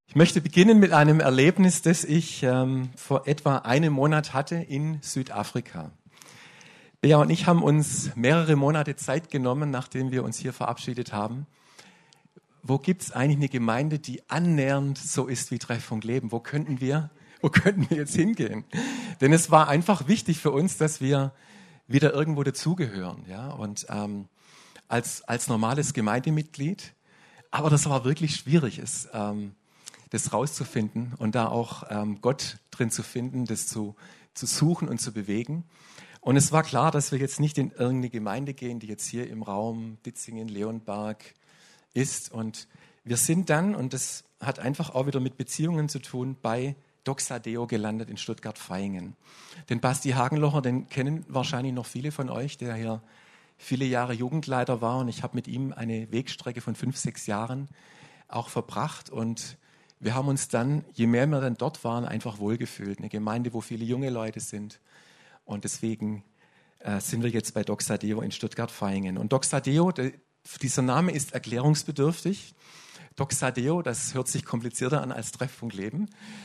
Ich möchte beginnen mit einem Erlebnis, das ich vor etwa einem Monat hatte in Südafrika. Bea und ich haben uns mehrere Monate Zeit genommen, nachdem wir uns hier verabschiedet haben. Wo gibt es eigentlich eine Gemeinde, die annähernd so ist wie Treffpunkt Leben? Wo könnten wir jetzt hingehen? Denn es war einfach wichtig für uns, dass wir wieder irgendwo dazugehören. Ja? Und als normales Gemeindemitglied. Aber das war wirklich schwierig, das rauszufinden und da auch Gott drin zu finden, das zu suchen und zu bewegen. Und es war klar, dass wir jetzt nicht in irgendeine Gemeinde gehen, die jetzt hier im Raum Ditzingen, Leonberg ist. Und wir sind dann, und das hat einfach auch wieder mit Beziehungen zu tun, bei Doxa Deo gelandet in Stuttgart-Vaihingen. Den Basti Hagenlocher, den kennen wahrscheinlich noch viele von euch, der hier viele Jahre Jugendleiter war. Und ich habe mit ihm eine Wegstrecke von 5-6 Jahren auch verbracht. Und wir haben uns dann, je mehr wir dann dort waren, einfach wohlgefühlt. Eine Gemeinde, wo viele junge Leute sind. Und deswegen sind wir jetzt bei Doxa Deo in Stuttgart-Vaihingen. Und Doxa Deo, dieser Name ist erklärungsbedürftig. Doxa Deo, das hört sich komplizierter an als Treffpunkt Leben.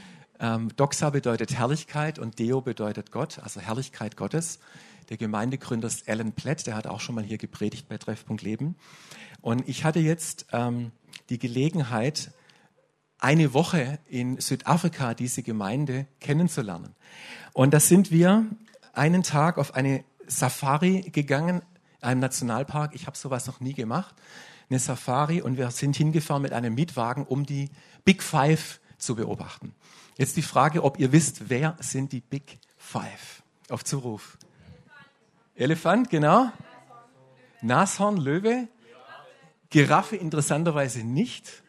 Doxa bedeutet Herrlichkeit und Deo bedeutet Gott, also Herrlichkeit Gottes. Der Gemeindegründer ist Alan Platt, der hat auch schon mal hier gepredigt bei Treffpunkt Leben. Und ich hatte jetzt die Gelegenheit, eine Woche in Südafrika diese Gemeinde kennenzulernen. Und da sind wir einen Tag auf eine Safari gegangen, einem Nationalpark. Ich habe sowas noch nie gemacht. Eine Safari, und wir sind hingefahren mit einem Mietwagen, um die Big Five zu beobachten. Jetzt die Frage, ob ihr wisst, wer sind die Big Five? Auf Zuruf. Elefant, genau. Nashorn, Löwe. Giraffe interessanterweise nicht.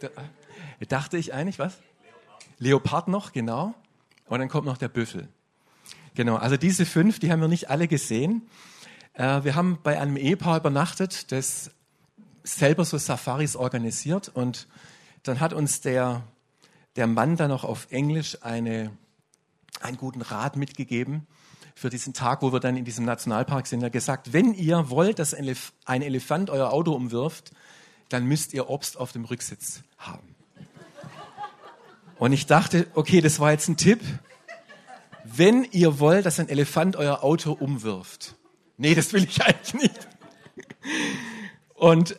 Dachte ich eigentlich, was? Leopard noch, genau. Und dann kommt noch der Büffel. Genau, also diese 5, die haben wir nicht alle gesehen. Wir haben bei einem Ehepaar übernachtet, das selber so Safaris organisiert. Und dann hat uns der Mann dann noch auf Englisch einen guten Rat mitgegeben für diesen Tag, wo wir dann in diesem Nationalpark sind. Er hat gesagt, wenn ihr wollt, dass ein Elefant euer Auto umwirft, dann müsst ihr Obst auf dem Rücksitz haben. Und ich dachte, okay, das war jetzt ein Tipp. Wenn ihr wollt, dass ein Elefant euer Auto umwirft. Nee, das will ich eigentlich nicht. Und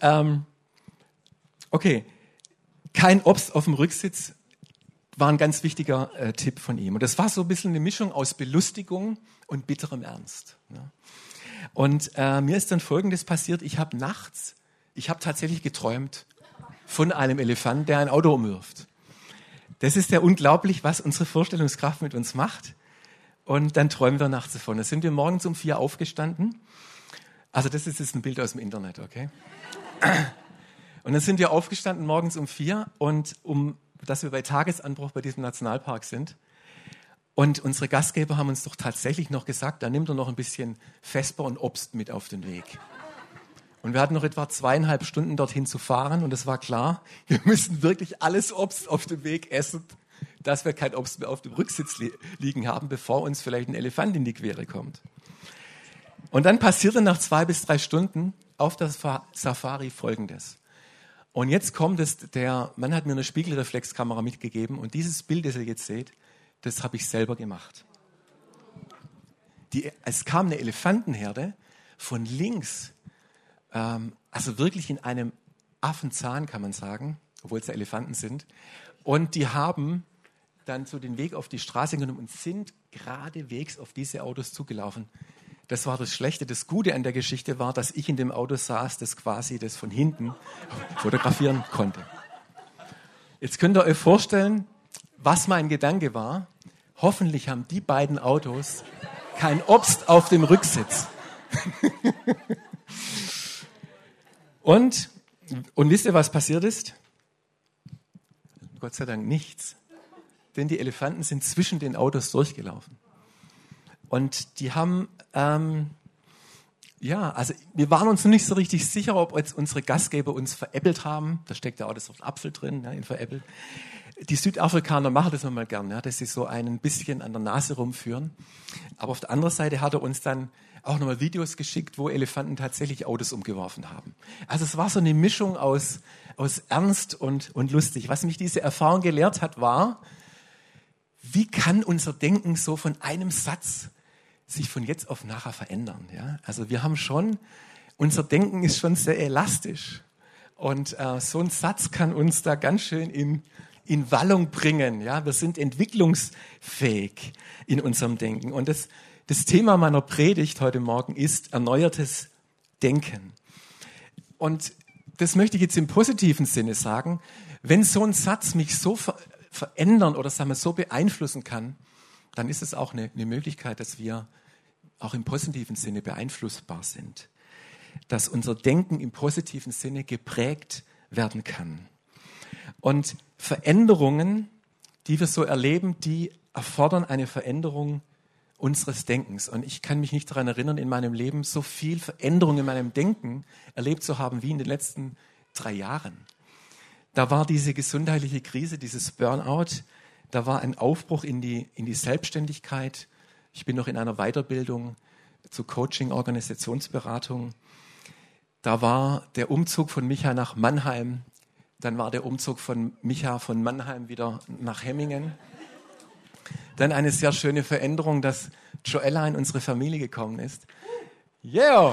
okay, kein Obst auf dem Rücksitz war ein ganz wichtiger Tipp von ihm. Und das war so ein bisschen eine Mischung aus Belustigung und bitterem Ernst. Ja. Und mir ist dann Folgendes passiert. Ich habe tatsächlich geträumt von einem Elefant, der ein Auto umwirft. Das ist ja unglaublich, was unsere Vorstellungskraft mit uns macht. Und dann träumen wir nachts davon. Da sind wir morgens um 4 aufgestanden. Also das ist jetzt ein Bild aus dem Internet, okay? Und dann sind wir aufgestanden morgens um 4, und dass wir bei Tagesanbruch bei diesem Nationalpark sind. Und unsere Gastgeber haben uns doch tatsächlich noch gesagt, da nimmt er noch ein bisschen Vesper und Obst mit auf den Weg. Und wir hatten noch etwa 2,5 Stunden dorthin zu fahren, und es war klar, wir müssen wirklich alles Obst auf dem Weg essen, dass wir kein Obst mehr auf dem Rücksitz liegen haben, bevor uns vielleicht ein Elefant in die Quere kommt. Und dann passierte nach 2 bis 3 Stunden auf der Safari Folgendes. Und jetzt kommt es, der Mann hat mir eine Spiegelreflexkamera mitgegeben, und dieses Bild, das ihr jetzt seht, das habe ich selber gemacht. Es kam eine Elefantenherde von links, also wirklich in einem Affenzahn, kann man sagen, obwohl es ja Elefanten sind. Und die haben dann so den Weg auf die Straße genommen und sind geradewegs auf diese Autos zugelaufen. Das war das Schlechte. Das Gute an der Geschichte war, dass ich in dem Auto saß, das quasi das von hinten fotografieren konnte. Jetzt könnt ihr euch vorstellen, was mein Gedanke war. Hoffentlich haben die beiden Autos kein Obst auf dem Rücksitz. Und wisst ihr, was passiert ist? Gott sei Dank nichts. Denn die Elefanten sind zwischen den Autos durchgelaufen. Und die haben Ja, also wir waren uns noch nicht so richtig sicher, ob jetzt unsere Gastgeber uns veräppelt haben. Da steckt ja auch das Wort Apfel drin, ja, in veräppelt. Die Südafrikaner machen das mal gern, ja, dass sie so ein bisschen an der Nase rumführen. Aber auf der anderen Seite hat er uns dann auch nochmal Videos geschickt, wo Elefanten tatsächlich Autos umgeworfen haben. Also es war so eine Mischung aus ernst und lustig. Was mich diese Erfahrung gelehrt hat, war, wie kann unser Denken so von einem Satz sich von jetzt auf nachher verändern? Ja? Also wir haben schon, unser Denken ist schon sehr elastisch. Und so ein Satz kann uns da ganz schön in Wallung bringen. Ja? Wir sind entwicklungsfähig in unserem Denken. Und das Thema meiner Predigt heute Morgen ist erneuertes Denken. Und das möchte ich jetzt im positiven Sinne sagen. Wenn so ein Satz mich so verändern oder sagen wir, so beeinflussen kann, dann ist es auch eine Möglichkeit, dass wir auch im positiven Sinne beeinflussbar sind. Dass unser Denken im positiven Sinne geprägt werden kann. Und Veränderungen, die wir so erleben, die erfordern eine Veränderung unseres Denkens. Und ich kann mich nicht daran erinnern, in meinem Leben so viel Veränderung in meinem Denken erlebt zu haben wie in den letzten 3 Jahren. Da war diese gesundheitliche Krise, dieses Burnout, da war ein Aufbruch in die Selbstständigkeit. Ich bin noch in einer Weiterbildung zu Coaching, Organisationsberatung. Da war der Umzug von Micha nach Mannheim. Dann war der Umzug von Micha von Mannheim wieder nach Hemmingen. Dann eine sehr schöne Veränderung, dass Joella in unsere Familie gekommen ist. Yeah!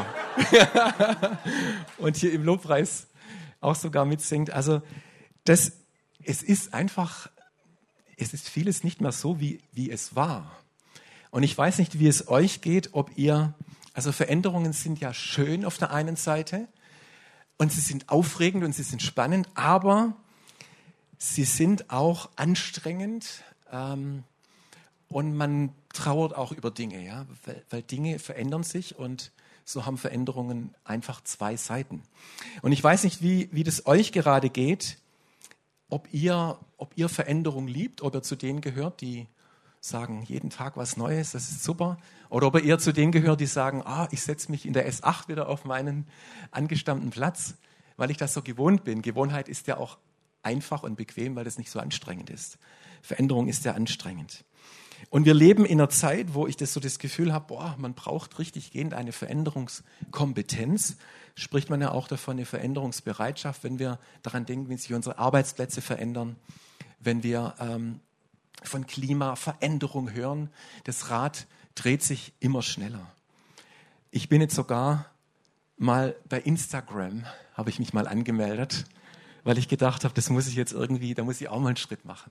Und hier im Lobpreis auch sogar mitsingt. Also es ist vieles nicht mehr so, wie es war. Und ich weiß nicht, wie es euch geht, also Veränderungen sind ja schön auf der einen Seite und sie sind aufregend und sie sind spannend, aber sie sind auch anstrengend und man trauert auch über Dinge, ja, weil Dinge verändern sich und so haben Veränderungen einfach 2 Seiten. Und ich weiß nicht, wie das euch gerade geht, ob ihr Veränderung liebt, ob ihr zu denen gehört, die sagen, jeden Tag was Neues, das ist super. Oder ob ihr eher zu denen gehört, die sagen, ich setze mich in der S8 wieder auf meinen angestammten Platz, weil ich das so gewohnt bin. Gewohnheit ist ja auch einfach und bequem, weil das nicht so anstrengend ist. Veränderung ist ja anstrengend. Und wir leben in einer Zeit, wo ich das Gefühl habe, man braucht richtig gehend eine Veränderungskompetenz. Spricht man ja auch davon, eine Veränderungsbereitschaft, wenn wir daran denken, wie sich unsere Arbeitsplätze verändern, wenn wir von Klimaveränderung hören. Das Rad dreht sich immer schneller. Ich bin jetzt sogar mal bei Instagram, habe ich mich mal angemeldet, weil ich gedacht habe, das muss ich jetzt irgendwie, da muss ich auch mal einen Schritt machen.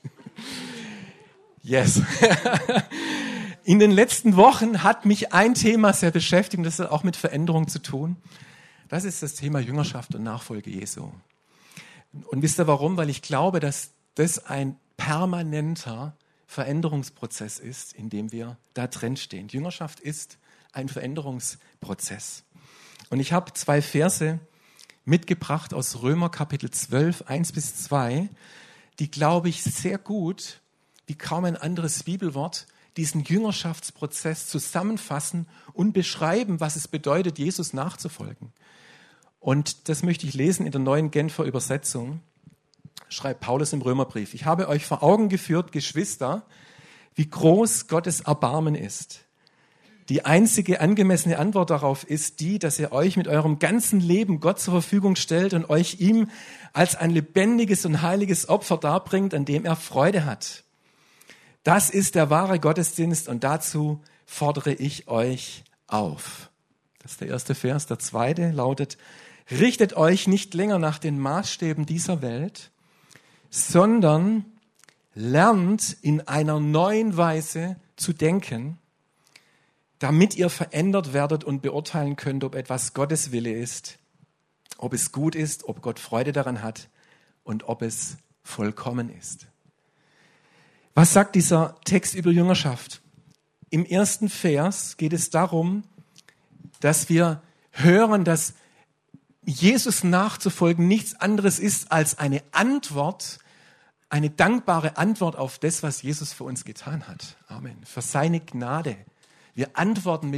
Yes. In den letzten Wochen hat mich ein Thema sehr beschäftigt, und das hat auch mit Veränderung zu tun. Das ist das Thema Jüngerschaft und Nachfolge Jesu. Und wisst ihr warum? Weil ich glaube, dass das ein permanenter Veränderungsprozess ist, in dem wir da drin stehen. Jüngerschaft ist ein Veränderungsprozess. Und ich habe 2 Verse mitgebracht aus Römer Kapitel 12, 1-2, die, glaube ich, sehr gut, wie kaum ein anderes Bibelwort, diesen Jüngerschaftsprozess zusammenfassen und beschreiben, was es bedeutet, Jesus nachzufolgen. Und das möchte ich lesen in der Neuen Genfer Übersetzung. Schreibt Paulus im Römerbrief: Ich habe euch vor Augen geführt, Geschwister, wie groß Gottes Erbarmen ist. Die einzige angemessene Antwort darauf ist die, dass ihr euch mit eurem ganzen Leben Gott zur Verfügung stellt und euch ihm als ein lebendiges und heiliges Opfer darbringt, an dem er Freude hat. Das ist der wahre Gottesdienst und dazu fordere ich euch auf. Das ist der erste Vers. Der zweite lautet: Richtet euch nicht länger nach den Maßstäben dieser Welt, sondern lernt in einer neuen Weise zu denken, damit ihr verändert werdet und beurteilen könnt, ob etwas Gottes Wille ist, ob es gut ist, ob Gott Freude daran hat und ob es vollkommen ist. Was sagt dieser Text über Jüngerschaft? Im ersten Vers geht es darum, dass wir hören, dass Jesus nachzufolgen nichts anderes ist als eine Antwort, eine dankbare Antwort auf das, was Jesus für uns getan hat. Amen. Für seine Gnade. Wir antworten mit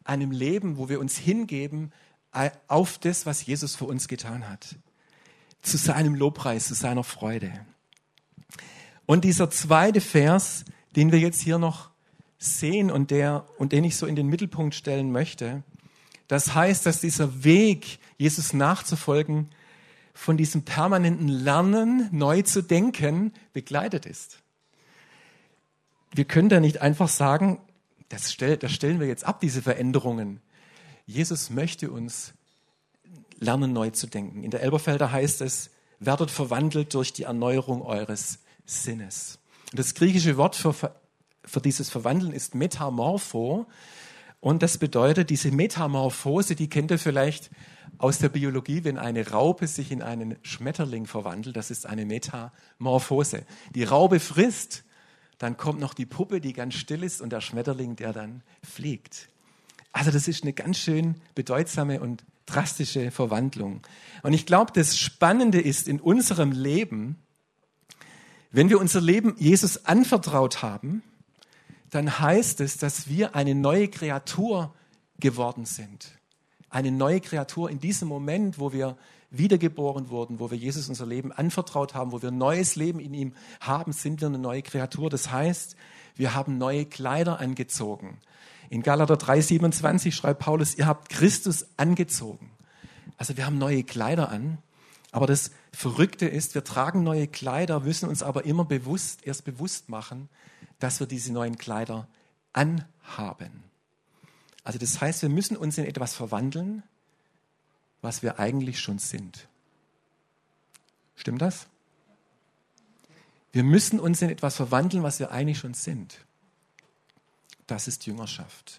einem Leben, wo wir uns hingeben auf das, was Jesus für uns getan hat. Zu seinem Lobpreis, zu seiner Freude. Und dieser zweite Vers, den wir jetzt hier noch sehen und den ich so in den Mittelpunkt stellen möchte, das heißt, dass dieser Weg, Jesus nachzufolgen, von diesem permanenten Lernen, neu zu denken, begleitet ist. Wir können da nicht einfach sagen, das stellen wir jetzt ab, diese Veränderungen. Jesus möchte uns lernen, neu zu denken. In der Elberfelder heißt es, werdet verwandelt durch die Erneuerung eures Sinnes. Und das griechische Wort für dieses Verwandeln ist Metamorpho. Und das bedeutet, diese Metamorphose, die kennt ihr vielleicht aus der Biologie, wenn eine Raupe sich in einen Schmetterling verwandelt. Das ist eine Metamorphose. Die Raupe frisst, dann kommt noch die Puppe, die ganz still ist, und der Schmetterling, der dann fliegt. Also das ist eine ganz schön bedeutsame und drastische Verwandlung. Und ich glaube, das Spannende ist in unserem Leben, wenn wir unser Leben Jesus anvertraut haben, dann heißt es, dass wir eine neue Kreatur geworden sind. Eine neue Kreatur in diesem Moment, wo wir wiedergeboren wurden, wo wir Jesus unser Leben anvertraut haben, wo wir ein neues Leben in ihm haben, sind wir eine neue Kreatur. Das heißt, wir haben neue Kleider angezogen. In Galater 3,27 schreibt Paulus, ihr habt Christus angezogen. Also wir haben neue Kleider an. Aber das Verrückte ist, wir tragen neue Kleider, müssen uns aber immer erst bewusst machen, dass wir diese neuen Kleider anhaben. Also das heißt, wir müssen uns in etwas verwandeln, was wir eigentlich schon sind. Stimmt das? Wir müssen uns in etwas verwandeln, was wir eigentlich schon sind. Das ist Jüngerschaft.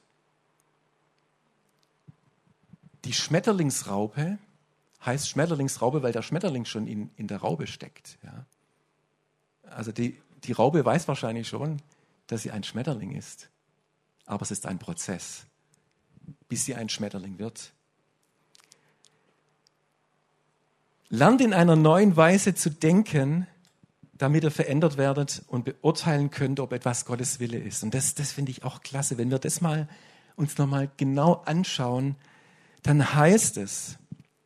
Die Schmetterlingsraupe heißt Schmetterlingsraupe, weil der Schmetterling schon in der Raupe steckt. Ja? Also die Raupe weiß wahrscheinlich schon, dass sie ein Schmetterling ist. Aber es ist ein Prozess, bis sie ein Schmetterling wird. Lernt in einer neuen Weise zu denken, damit ihr verändert werdet und beurteilen könnt, ob etwas Gottes Wille ist. Und das finde ich auch klasse. Wenn wir das uns nochmal genau anschauen, dann heißt es,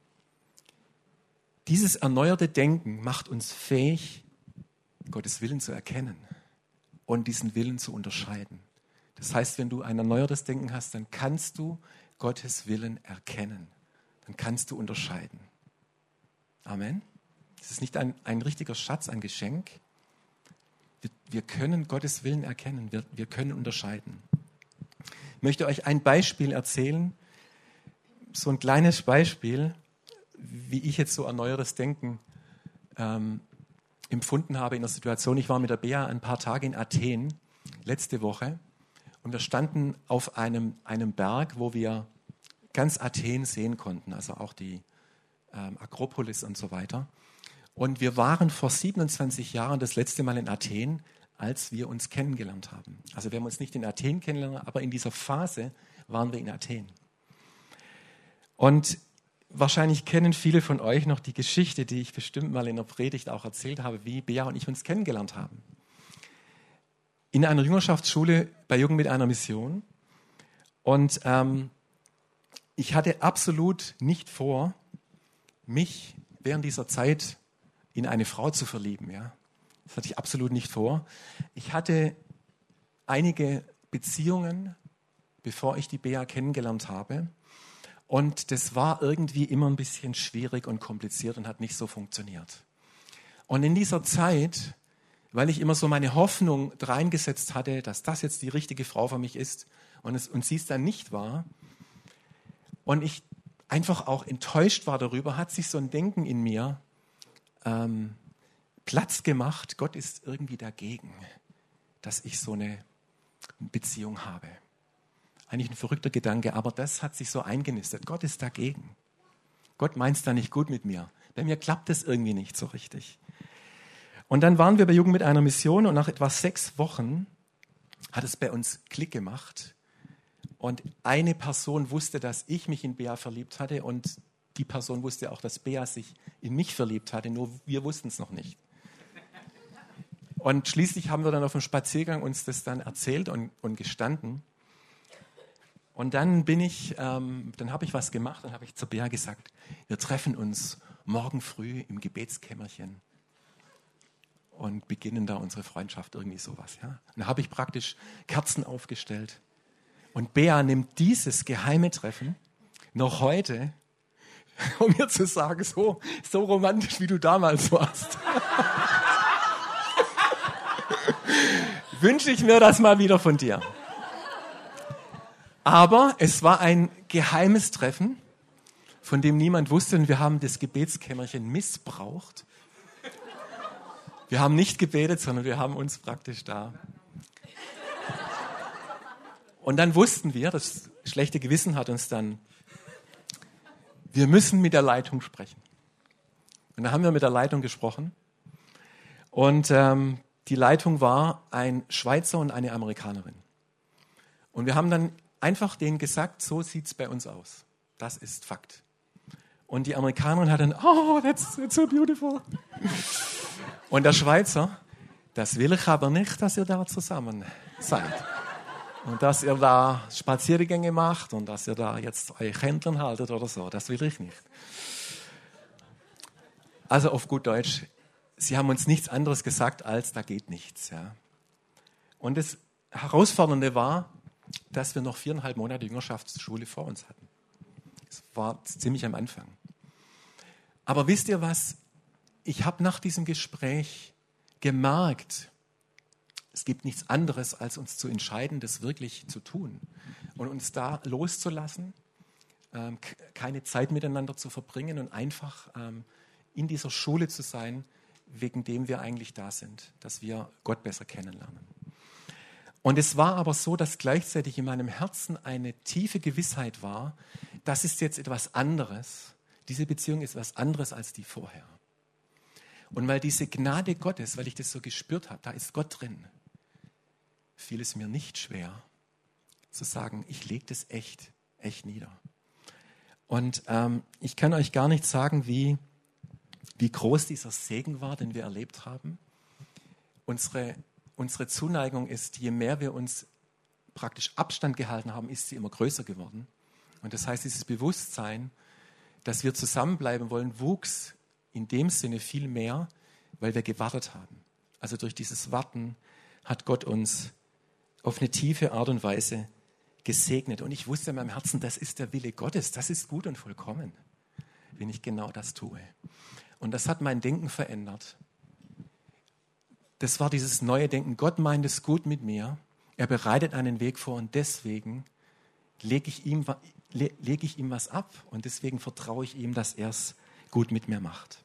dieses erneuerte Denken macht uns fähig, Gottes Willen zu erkennen und diesen Willen zu unterscheiden. Das heißt, wenn du ein erneuertes Denken hast, dann kannst du Gottes Willen erkennen. Dann kannst du unterscheiden. Amen. Das ist nicht ein richtiger Schatz, ein Geschenk. Wir können Gottes Willen erkennen. Wir können unterscheiden. Ich möchte euch ein Beispiel erzählen. So ein kleines Beispiel, wie ich jetzt so erneuertes Denken empfunden habe in der Situation. Ich war mit der Bea ein paar Tage in Athen, letzte Woche. Und wir standen auf einem Berg, wo wir ganz Athen sehen konnten. Also auch die Akropolis und so weiter. Und wir waren vor 27 Jahren das letzte Mal in Athen, als wir uns kennengelernt haben. Also wir haben uns nicht in Athen kennengelernt, aber in dieser Phase waren wir in Athen. Und wahrscheinlich kennen viele von euch noch die Geschichte, die ich bestimmt mal in der Predigt auch erzählt habe, wie Bea und ich uns kennengelernt haben. In einer Jüngerschaftsschule bei Jugend mit einer Mission. Und ich hatte absolut nicht vor, mich während dieser Zeit in eine Frau zu verlieben. Ja? Das hatte ich absolut nicht vor. Ich hatte einige Beziehungen, bevor ich die Bea kennengelernt habe. Und das war irgendwie immer ein bisschen schwierig und kompliziert und hat nicht so funktioniert. Und in dieser Zeit, weil ich immer so meine Hoffnung reingesetzt hatte, dass das jetzt die richtige Frau für mich ist und sie es dann nicht war, und ich einfach auch enttäuscht war darüber, hat sich so ein Denken in mir Platz gemacht. Gott ist irgendwie dagegen, dass ich so eine Beziehung habe. Eigentlich ein verrückter Gedanke, aber das hat sich so eingenistet. Gott ist dagegen. Gott meint es da nicht gut mit mir. Bei mir klappt es irgendwie nicht so richtig. Und dann waren wir bei Jugend mit einer Mission und nach etwa 6 Wochen hat es bei uns Klick gemacht. Und eine Person wusste, dass ich mich in Bea verliebt hatte und die Person wusste auch, dass Bea sich in mich verliebt hatte, nur wir wussten es noch nicht. Und schließlich haben wir dann auf dem Spaziergang uns das dann erzählt und gestanden. Und dann habe ich was gemacht, dann habe ich zu Bea gesagt, wir treffen uns morgen früh im Gebetskämmerchen und beginnen da unsere Freundschaft, irgendwie sowas. Ja? Und dann habe ich praktisch Kerzen aufgestellt. Und Bea nimmt dieses geheime Treffen noch heute, um mir zu sagen, so romantisch, wie du damals warst. Wünsche ich mir das mal wieder von dir. Aber es war ein geheimes Treffen, von dem niemand wusste, und wir haben das Gebetskämmerchen missbraucht. Wir haben nicht gebetet, sondern wir haben uns praktisch da. Und dann wussten wir, das schlechte Gewissen hat uns dann, wir müssen mit der Leitung sprechen. Und dann haben wir mit der Leitung gesprochen. Und die Leitung war ein Schweizer und eine Amerikanerin. Und wir haben dann einfach denen gesagt, so sieht es bei uns aus. Das ist Fakt. Und die Amerikanerin hat dann, oh, that's so beautiful. Und der Schweizer, das will ich aber nicht, dass ihr da zusammen seid. Und dass ihr da Spaziergänge macht und dass ihr da jetzt euch Händchen haltet oder so. Das will ich nicht. Also auf gut Deutsch, sie haben uns nichts anderes gesagt, als da geht nichts. Ja. Und das Herausfordernde war, dass wir noch 4,5 Monate Jüngerschaftsschule vor uns hatten. Es war ziemlich am Anfang. Aber wisst ihr was? Ich habe nach diesem Gespräch gemerkt, es gibt nichts anderes, als uns zu entscheiden, das wirklich zu tun und uns da loszulassen, keine Zeit miteinander zu verbringen und einfach in dieser Schule zu sein, wegen dem wir eigentlich da sind, dass wir Gott besser kennenlernen. Und es war aber so, dass gleichzeitig in meinem Herzen eine tiefe Gewissheit war, das ist jetzt etwas anderes. Diese Beziehung ist etwas anderes als die vorher. Und weil diese Gnade Gottes, weil ich das so gespürt habe, da ist Gott drin, fiel es mir nicht schwer zu sagen, ich lege das echt nieder. Und ich kann euch gar nicht sagen, wie groß dieser Segen war, den wir erlebt haben. Unsere Zuneigung ist, je mehr wir uns praktisch Abstand gehalten haben, ist sie immer größer geworden. Und das heißt, dieses Bewusstsein, dass wir zusammenbleiben wollen, wuchs in dem Sinne viel mehr, weil wir gewartet haben. Also durch dieses Warten hat Gott uns auf eine tiefe Art und Weise gesegnet. Und ich wusste in meinem Herzen, das ist der Wille Gottes, das ist gut und vollkommen, wenn ich genau das tue. Und das hat mein Denken verändert. Das war dieses neue Denken, Gott meint es gut mit mir, er bereitet einen Weg vor und deswegen lege ich ihm was ab und deswegen vertraue ich ihm, dass er es gut mit mir macht.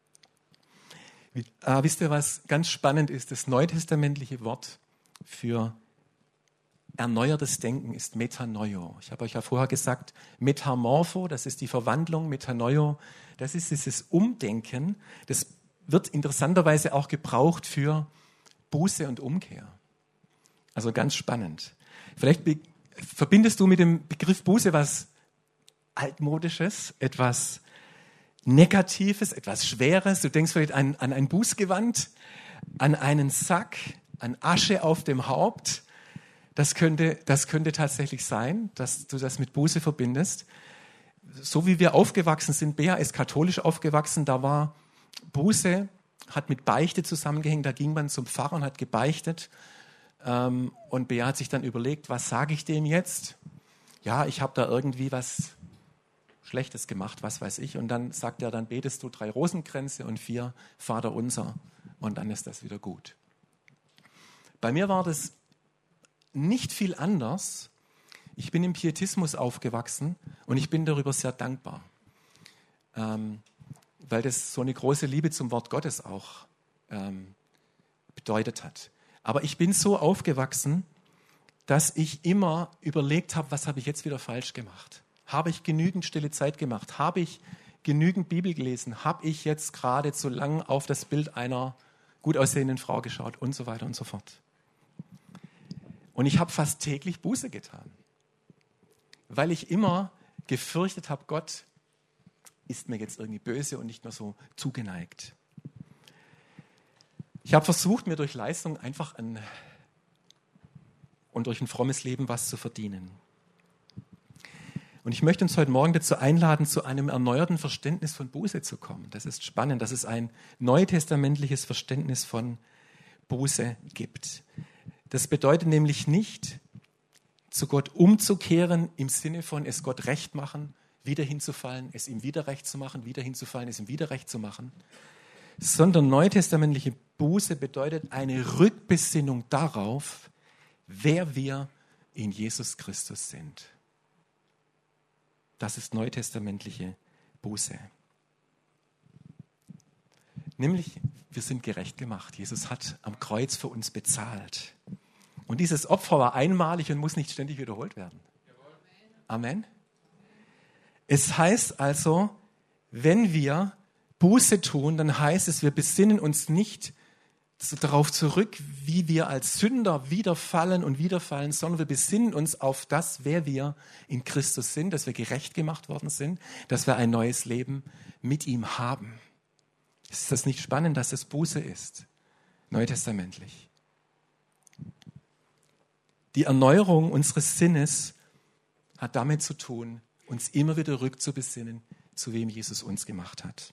Wisst ihr, was ganz spannend ist? Das neutestamentliche Wort für erneuertes Denken ist Metanoio. Ich habe euch ja vorher gesagt, Metamorpho, das ist die Verwandlung, Metanoio, das ist dieses Umdenken, das wird interessanterweise auch gebraucht für Buße und Umkehr. Also ganz spannend. Vielleicht verbindest du mit dem Begriff Buße was Altmodisches, etwas Negatives, etwas Schweres. Du denkst vielleicht an ein Bußgewand, an einen Sack, an Asche auf dem Haupt. Das könnte tatsächlich sein, dass du das mit Buße verbindest. So wie wir aufgewachsen sind, Bea ist katholisch aufgewachsen, da war Buße, hat mit Beichte zusammengehängt, da ging man zum Pfarrer und hat gebeichtet. Und Bea hat sich dann überlegt, was sage ich dem jetzt? Ja, ich habe da irgendwie was Schlechtes gemacht, was weiß ich. Und dann sagt er, dann betest du 3 Rosenkränze und 4 Vaterunser und dann ist das wieder gut. Bei mir war das nicht viel anders. Ich bin im Pietismus aufgewachsen und ich bin darüber sehr dankbar, weil das so eine große Liebe zum Wort Gottes auch bedeutet hat. Aber ich bin so aufgewachsen, dass ich immer überlegt habe, was habe ich jetzt wieder falsch gemacht? Habe ich genügend stille Zeit gemacht? Habe ich genügend Bibel gelesen? Habe ich jetzt gerade zu lang auf das Bild einer gut aussehenden Frau geschaut? Und so weiter und so fort. Und ich habe fast täglich Buße getan, weil ich immer gefürchtet habe, Gott ist mir jetzt irgendwie böse und nicht mehr so zugeneigt. Ich habe versucht, mir durch Leistung einfach und durch ein frommes Leben was zu verdienen. Und ich möchte uns heute Morgen dazu einladen, zu einem erneuerten Verständnis von Buße zu kommen. Das ist spannend, dass es ein neutestamentliches Verständnis von Buße gibt. Das bedeutet nämlich nicht, zu Gott umzukehren im Sinne von es Gott recht machen, wieder hinzufallen, es ihm wieder recht zu machen, wieder hinzufallen, es ihm wieder recht zu machen, sondern neutestamentliche Buße bedeutet eine Rückbesinnung darauf, wer wir in Jesus Christus sind. Das ist neutestamentliche Buße. Nämlich, wir sind gerecht gemacht. Jesus hat am Kreuz für uns bezahlt. Und dieses Opfer war einmalig und muss nicht ständig wiederholt werden. Amen. Es heißt also, wenn wir Buße tun, dann heißt es, wir besinnen uns nicht darauf zurück, wie wir als Sünder wiederfallen, sondern wir besinnen uns auf das, wer wir in Christus sind, dass wir gerecht gemacht worden sind, dass wir ein neues Leben mit ihm haben. Ist das nicht spannend, dass das Buße ist? Neutestamentlich. Die Erneuerung unseres Sinnes hat damit zu tun, uns immer wieder rückzubesinnen, zu wem Jesus uns gemacht hat.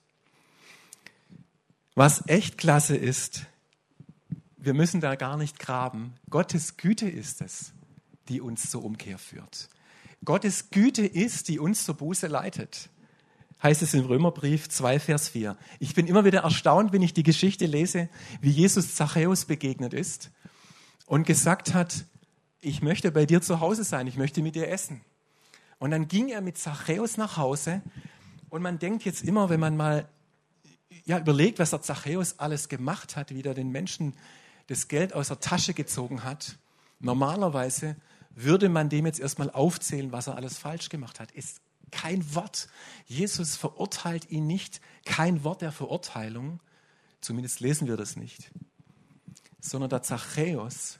Was echt klasse ist, wir müssen da gar nicht graben. Gottes Güte ist es, die uns zur Umkehr führt. Gottes Güte ist, die uns zur Buße leitet. Heißt es im Römerbrief 2, Vers 4. Ich bin immer wieder erstaunt, wenn ich die Geschichte lese, wie Jesus Zachäus begegnet ist und gesagt hat, ich möchte bei dir zu Hause sein, ich möchte mit dir essen. Und dann ging er mit Zachäus nach Hause und man denkt jetzt immer, wenn man mal überlegt, was der Zachäus alles gemacht hat, wie er den Menschen das Geld aus der Tasche gezogen hat. Normalerweise würde man dem jetzt erstmal aufzählen, was er alles falsch gemacht hat. Ist kein Wort. Jesus verurteilt ihn nicht. Kein Wort der Verurteilung. Zumindest lesen wir das nicht. Sondern der Zachäus,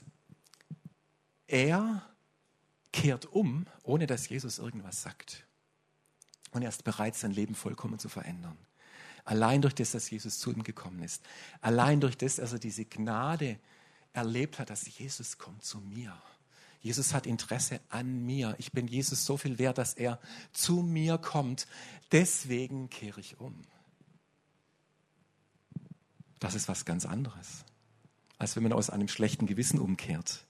er kehrt um, ohne dass Jesus irgendwas sagt. Und er ist bereit, sein Leben vollkommen zu verändern. Allein durch das, dass Jesus zu ihm gekommen ist. Allein durch das, dass er diese Gnade erlebt hat, dass Jesus kommt zu mir. Jesus hat Interesse an mir. Ich bin Jesus so viel wert, dass er zu mir kommt. Deswegen kehre ich um. Das ist was ganz anderes, als wenn man aus einem schlechten Gewissen umkehrt.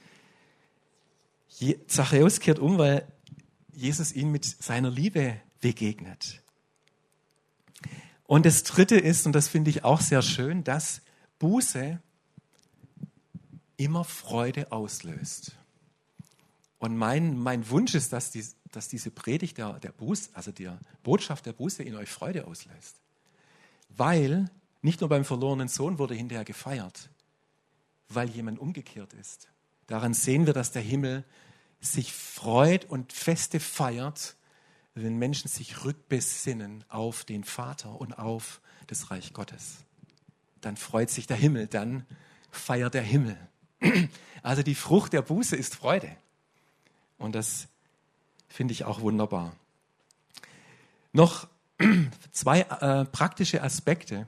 Zachäus kehrt um, weil Jesus ihn mit seiner Liebe begegnet. Und das Dritte ist, und das finde ich auch sehr schön, dass Buße immer Freude auslöst. Und mein Wunsch ist, dass diese Predigt der Buße, also die Botschaft der Buße in euch Freude auslöst. Weil nicht nur beim verlorenen Sohn wurde hinterher gefeiert, weil jemand umgekehrt ist. Daran sehen wir, dass der Himmel sich freut und Feste feiert, wenn Menschen sich rückbesinnen auf den Vater und auf das Reich Gottes. Dann freut sich der Himmel, dann feiert der Himmel. Also die Frucht der Buße ist Freude. Und das finde ich auch wunderbar. Noch zwei praktische Aspekte.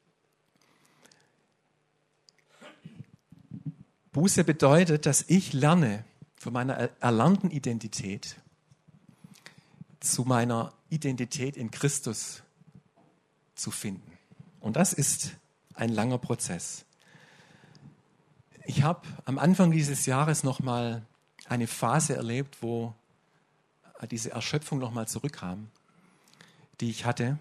Buße bedeutet, dass ich lerne, von meiner erlernten Identität zu meiner Identität in Christus zu finden. Und das ist ein langer Prozess. Ich habe am Anfang dieses Jahres nochmal eine Phase erlebt, wo diese Erschöpfung nochmal zurückkam, die ich hatte.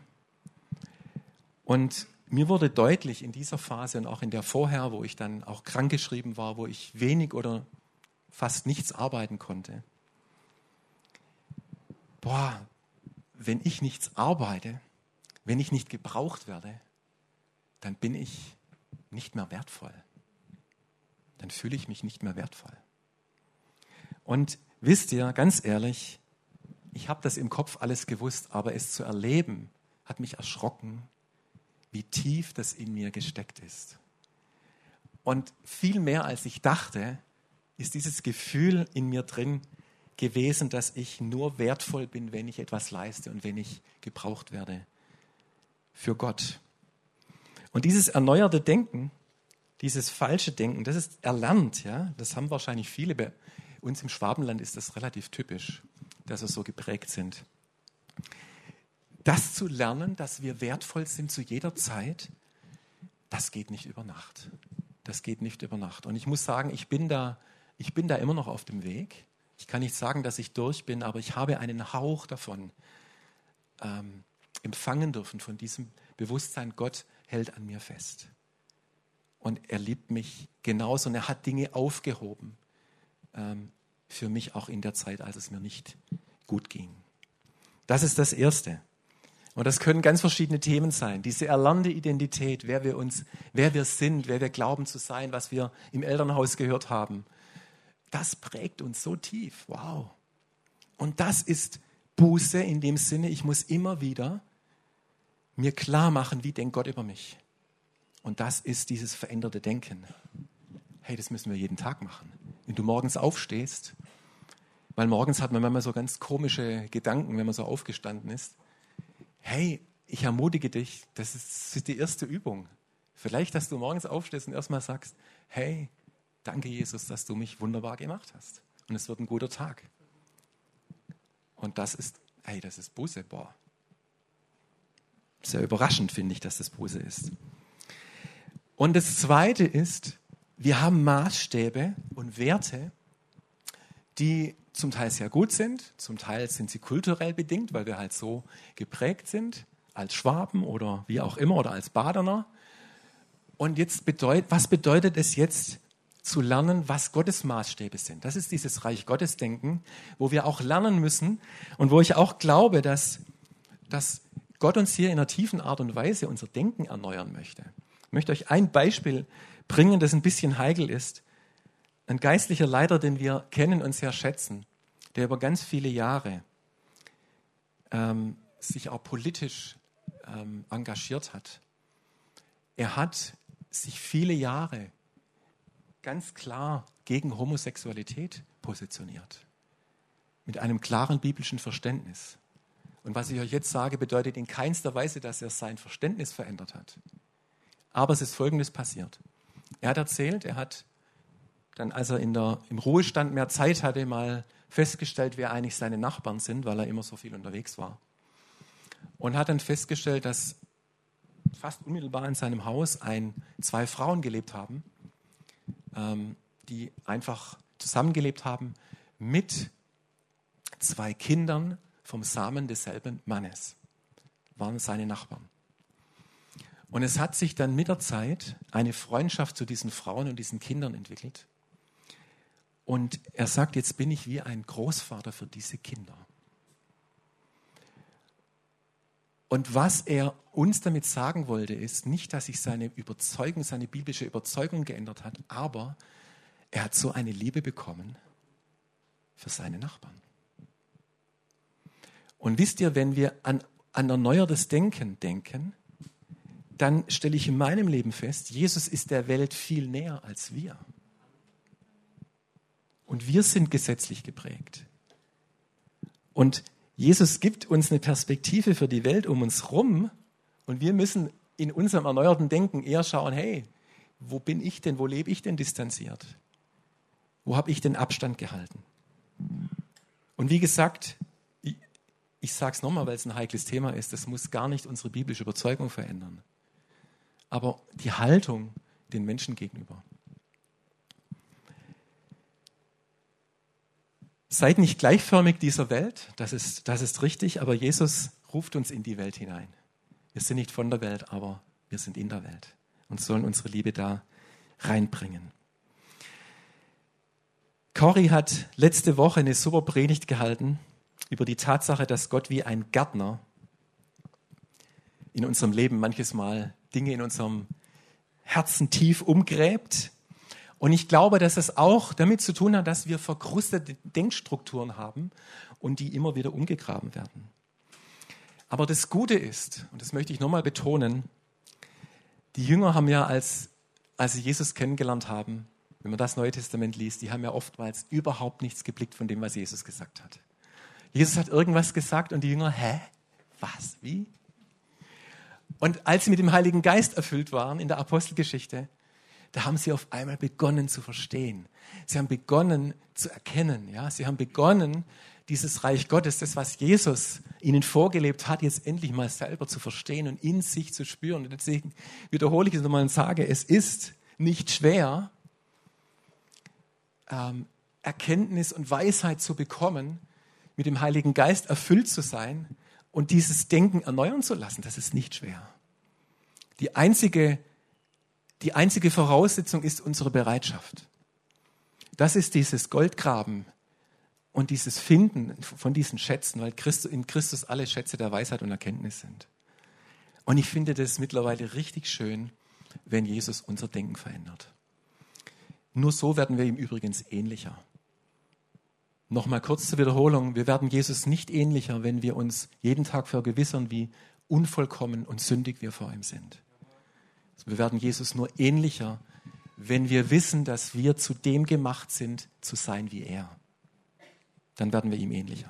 Und mir wurde deutlich in dieser Phase und auch in der vorher, wo ich dann auch krankgeschrieben war, wo ich wenig oder fast nichts arbeiten konnte. Wenn ich nichts arbeite, wenn ich nicht gebraucht werde, dann bin ich nicht mehr wertvoll. Dann fühle ich mich nicht mehr wertvoll. Und wisst ihr, ganz ehrlich, ich habe das im Kopf alles gewusst, aber es zu erleben, hat mich erschrocken, wie tief das in mir gesteckt ist. Und viel mehr als ich dachte, ist dieses Gefühl in mir drin gewesen, dass ich nur wertvoll bin, wenn ich etwas leiste und wenn ich gebraucht werde für Gott. Und dieses erneuerte Denken, dieses falsche Denken, das ist erlernt. Ja? Das haben wahrscheinlich viele. Bei uns im Schwabenland ist das relativ typisch. dass wir so geprägt sind. Das zu lernen, dass wir wertvoll sind zu jeder Zeit, das geht nicht über Nacht. Das geht nicht über Nacht. Und ich muss sagen, ich bin da immer noch auf dem Weg. Ich kann nicht sagen, dass ich durch bin, aber ich habe einen Hauch davon empfangen dürfen, von diesem Bewusstsein, Gott hält an mir fest. Und er liebt mich genauso und er hat Dinge aufgehoben für mich auch in der Zeit, als es mir nicht gut ging. Das ist das Erste. Und das können ganz verschiedene Themen sein. Diese erlernte Identität, wer wir sind, wer wir glauben zu sein, was wir im Elternhaus gehört haben, das prägt uns so tief. Wow. Und das ist Buße in dem Sinne, ich muss immer wieder mir klar machen, wie denkt Gott über mich. Und das ist dieses veränderte Denken. Hey, das müssen wir jeden Tag machen. Wenn du morgens aufstehst, weil morgens hat man manchmal so ganz komische Gedanken, wenn man so aufgestanden ist. Hey, ich ermutige dich, das ist die erste Übung. Vielleicht, dass du morgens aufstehst und erstmal sagst, hey, danke Jesus, dass du mich wunderbar gemacht hast. Und es wird ein guter Tag. Und das ist Buße. Boah. Sehr überraschend finde ich, dass das Buße ist. Und das Zweite ist, wir haben Maßstäbe und Werte, die zum Teil sehr gut sind, zum Teil sind sie kulturell bedingt, weil wir halt so geprägt sind, als Schwaben oder wie auch immer oder als Badener. Und jetzt was bedeutet es jetzt zu lernen, was Gottes Maßstäbe sind? Das ist dieses Reich Gottes Denken, wo wir auch lernen müssen und wo ich auch glaube, dass Gott uns hier in einer tiefen Art und Weise unser Denken erneuern möchte. Ich möchte euch ein Beispiel bringen, das ein bisschen heikel ist. Ein geistlicher Leiter, den wir kennen und sehr schätzen, der über ganz viele Jahre sich auch politisch engagiert hat. Er hat sich viele Jahre ganz klar gegen Homosexualität positioniert. Mit einem klaren biblischen Verständnis. Und was ich euch jetzt sage, bedeutet in keinster Weise, dass er sein Verständnis verändert hat. Aber es ist Folgendes passiert. Er hat erzählt, er hat dann, als er im Ruhestand mehr Zeit hatte, mal festgestellt, wer eigentlich seine Nachbarn sind, weil er immer so viel unterwegs war. Und hat dann festgestellt, dass fast unmittelbar in seinem Haus zwei Frauen gelebt haben, die einfach zusammengelebt haben mit zwei Kindern vom Samen desselben Mannes. Waren seine Nachbarn. Und es hat sich dann mit der Zeit eine Freundschaft zu diesen Frauen und diesen Kindern entwickelt. Und er sagt, jetzt bin ich wie ein Großvater für diese Kinder. Und was er uns damit sagen wollte, ist nicht, dass sich seine biblische Überzeugung geändert hat, aber er hat so eine Liebe bekommen für seine Nachbarn. Und wisst ihr, wenn wir an erneuertes Denken denken, dann stelle ich in meinem Leben fest, Jesus ist der Welt viel näher als wir. Und wir sind gesetzlich geprägt. Und Jesus gibt uns eine Perspektive für die Welt um uns herum und wir müssen in unserem erneuerten Denken eher schauen, hey, wo bin ich denn, wo lebe ich denn distanziert? Wo habe ich denn Abstand gehalten? Und wie gesagt, ich sage es nochmal, weil es ein heikles Thema ist, das muss gar nicht unsere biblische Überzeugung verändern. Aber die Haltung den Menschen gegenüber. Seid nicht gleichförmig dieser Welt, das ist richtig, aber Jesus ruft uns in die Welt hinein. Wir sind nicht von der Welt, aber wir sind in der Welt und sollen unsere Liebe da reinbringen. Cory hat letzte Woche eine super Predigt gehalten über die Tatsache, dass Gott wie ein Gärtner in unserem Leben manches Mal Dinge in unserem Herzen tief umgräbt. Und ich glaube, dass es auch damit zu tun hat, dass wir verkrustete Denkstrukturen haben und die immer wieder umgegraben werden. Aber das Gute ist, und das möchte ich nochmal betonen, die Jünger haben ja, als sie Jesus kennengelernt haben, wenn man das Neue Testament liest, die haben ja oftmals überhaupt nichts geblickt von dem, was Jesus gesagt hat. Jesus hat irgendwas gesagt und die Jünger, hä? Was? Wie? Und als sie mit dem Heiligen Geist erfüllt waren in der Apostelgeschichte, da haben sie auf einmal begonnen zu verstehen. Sie haben begonnen zu erkennen. Ja? Sie haben begonnen, dieses Reich Gottes, das, was Jesus ihnen vorgelebt hat, jetzt endlich mal selber zu verstehen und in sich zu spüren. Und deswegen wiederhole ich es nochmal und sage, es ist nicht schwer, Erkenntnis und Weisheit zu bekommen, mit dem Heiligen Geist erfüllt zu sein und dieses Denken erneuern zu lassen. Das ist nicht schwer. Die einzige Voraussetzung ist unsere Bereitschaft. Das ist dieses Goldgraben und dieses Finden von diesen Schätzen, weil in Christus alle Schätze der Weisheit und Erkenntnis sind. Und ich finde das mittlerweile richtig schön, wenn Jesus unser Denken verändert. Nur so werden wir ihm übrigens ähnlicher. Nochmal kurz zur Wiederholung. Wir werden Jesus nicht ähnlicher, wenn wir uns jeden Tag vergewissern, wie unvollkommen und sündig wir vor ihm sind. Wir werden Jesus nur ähnlicher, wenn wir wissen, dass wir zu dem gemacht sind, zu sein wie er. Dann werden wir ihm ähnlicher.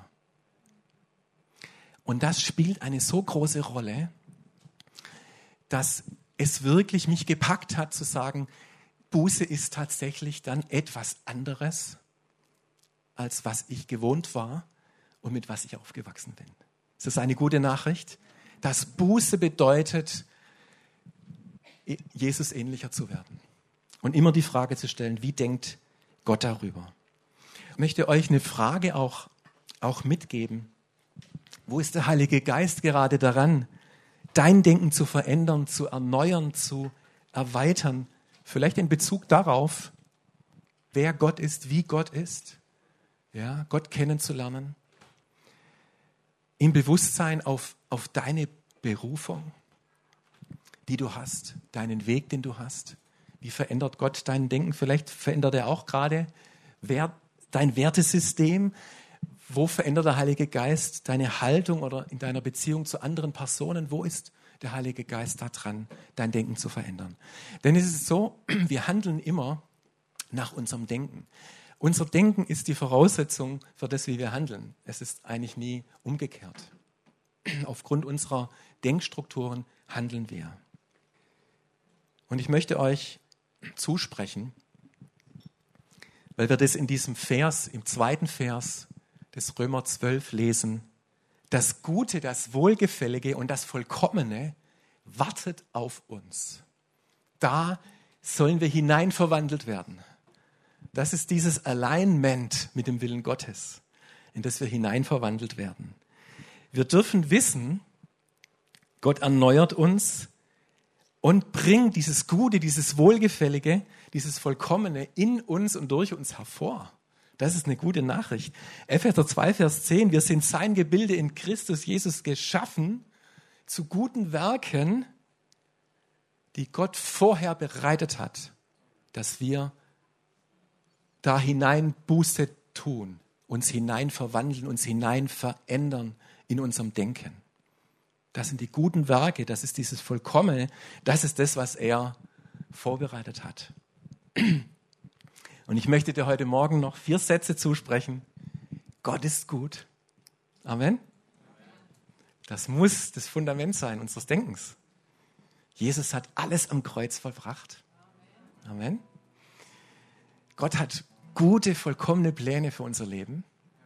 Und das spielt eine so große Rolle, dass es wirklich mich gepackt hat, zu sagen, Buße ist tatsächlich dann etwas anderes, als was ich gewohnt war und mit was ich aufgewachsen bin. Ist das eine gute Nachricht? Dass Buße bedeutet, Jesus ähnlicher zu werden. Und immer die Frage zu stellen, wie denkt Gott darüber? Ich möchte euch eine Frage auch mitgeben. Wo ist der Heilige Geist gerade daran, dein Denken zu verändern, zu erneuern, zu erweitern? Vielleicht in Bezug darauf, wer Gott ist, wie Gott ist. Ja, Gott kennenzulernen. Im Bewusstsein auf deine Berufung, die du hast, deinen Weg, den du hast. Wie verändert Gott dein Denken? Vielleicht verändert er auch gerade dein Wertesystem. Wo verändert der Heilige Geist deine Haltung oder in deiner Beziehung zu anderen Personen? Wo ist der Heilige Geist da dran, dein Denken zu verändern? Denn es ist so, wir handeln immer nach unserem Denken. Unser Denken ist die Voraussetzung für das, wie wir handeln. Es ist eigentlich nie umgekehrt. Aufgrund unserer Denkstrukturen handeln wir. Und ich möchte euch zusprechen, weil wir das in diesem Vers, im 2. Vers des Römer 12 lesen, das Gute, das Wohlgefällige und das Vollkommene wartet auf uns. Da sollen wir hineinverwandelt werden. Das ist dieses Alignment mit dem Willen Gottes, in das wir hineinverwandelt werden. Wir dürfen wissen, Gott erneuert uns und bringt dieses Gute, dieses Wohlgefällige, dieses Vollkommene in uns und durch uns hervor. Das ist eine gute Nachricht. Epheser 2, Vers 10, wir sind sein Gebilde in Christus Jesus geschaffen zu guten Werken, die Gott vorher bereitet hat, dass wir da hinein Buße tun, uns hinein verwandeln, uns hinein verändern in unserem Denken. Das sind die guten Werke, das ist dieses Vollkommene, das ist das, was er vorbereitet hat. Und ich möchte dir heute Morgen noch 4 Sätze zusprechen. Gott ist gut. Amen. Das muss das Fundament sein unseres Denkens. Jesus hat alles am Kreuz vollbracht. Amen. Gott hat gute, vollkommene Pläne für unser Leben.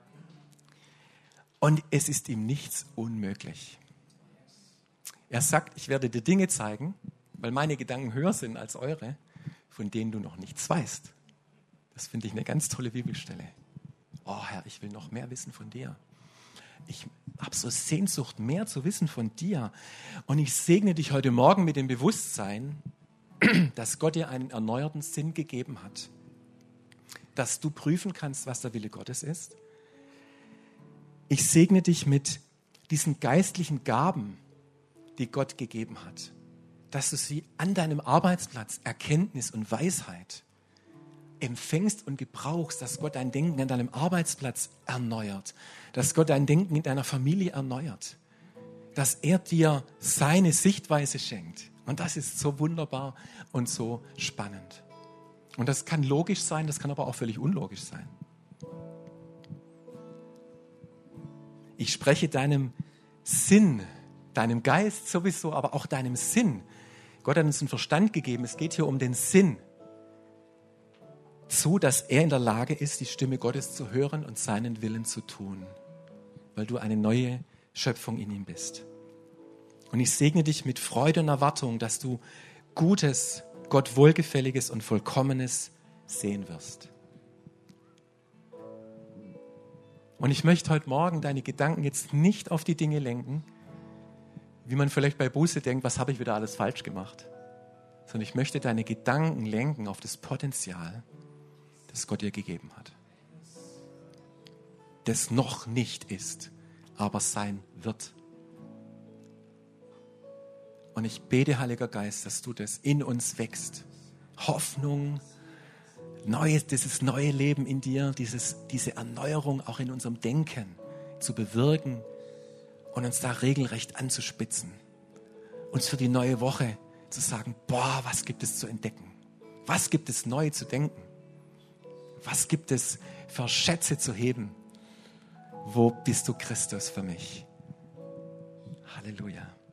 Und es ist ihm nichts unmöglich. Er sagt, ich werde dir Dinge zeigen, weil meine Gedanken höher sind als eure, von denen du noch nichts weißt. Das finde ich eine ganz tolle Bibelstelle. Oh Herr, ich will noch mehr wissen von dir. Ich habe so Sehnsucht, mehr zu wissen von dir. Und ich segne dich heute Morgen mit dem Bewusstsein, dass Gott dir einen erneuerten Sinn gegeben hat. Dass du prüfen kannst, was der Wille Gottes ist. Ich segne dich mit diesen geistlichen Gaben, die Gott gegeben hat. Dass du sie an deinem Arbeitsplatz, Erkenntnis und Weisheit, empfängst und gebrauchst, dass Gott dein Denken an deinem Arbeitsplatz erneuert, dass Gott dein Denken in deiner Familie erneuert, dass er dir seine Sichtweise schenkt. Und das ist so wunderbar und so spannend. Und das kann logisch sein, das kann aber auch völlig unlogisch sein. Ich spreche deinem Sinn, deinem Geist sowieso, aber auch deinem Sinn. Gott hat uns einen Verstand gegeben, es geht hier um den Sinn. zu, dass er in der Lage ist, die Stimme Gottes zu hören und seinen Willen zu tun, weil du eine neue Schöpfung in ihm bist. Und ich segne dich mit Freude und Erwartung, dass du Gutes, Gott Wohlgefälliges und Vollkommenes sehen wirst. Und ich möchte heute Morgen deine Gedanken jetzt nicht auf die Dinge lenken, wie man vielleicht bei Buße denkt, was habe ich wieder alles falsch gemacht, sondern ich möchte deine Gedanken lenken auf das Potenzial, das Gott dir gegeben hat. Das noch nicht ist, aber sein wird. Und ich bete, Heiliger Geist, dass du das in uns wächst. Hoffnung, Neues, dieses neue Leben in dir, diese Erneuerung auch in unserem Denken zu bewirken und uns da regelrecht anzuspitzen. Uns für die neue Woche zu sagen, boah, was gibt es zu entdecken? Was gibt es neu zu denken? Was gibt es für Schätze zu heben? Wo bist du, Christus, für mich? Halleluja.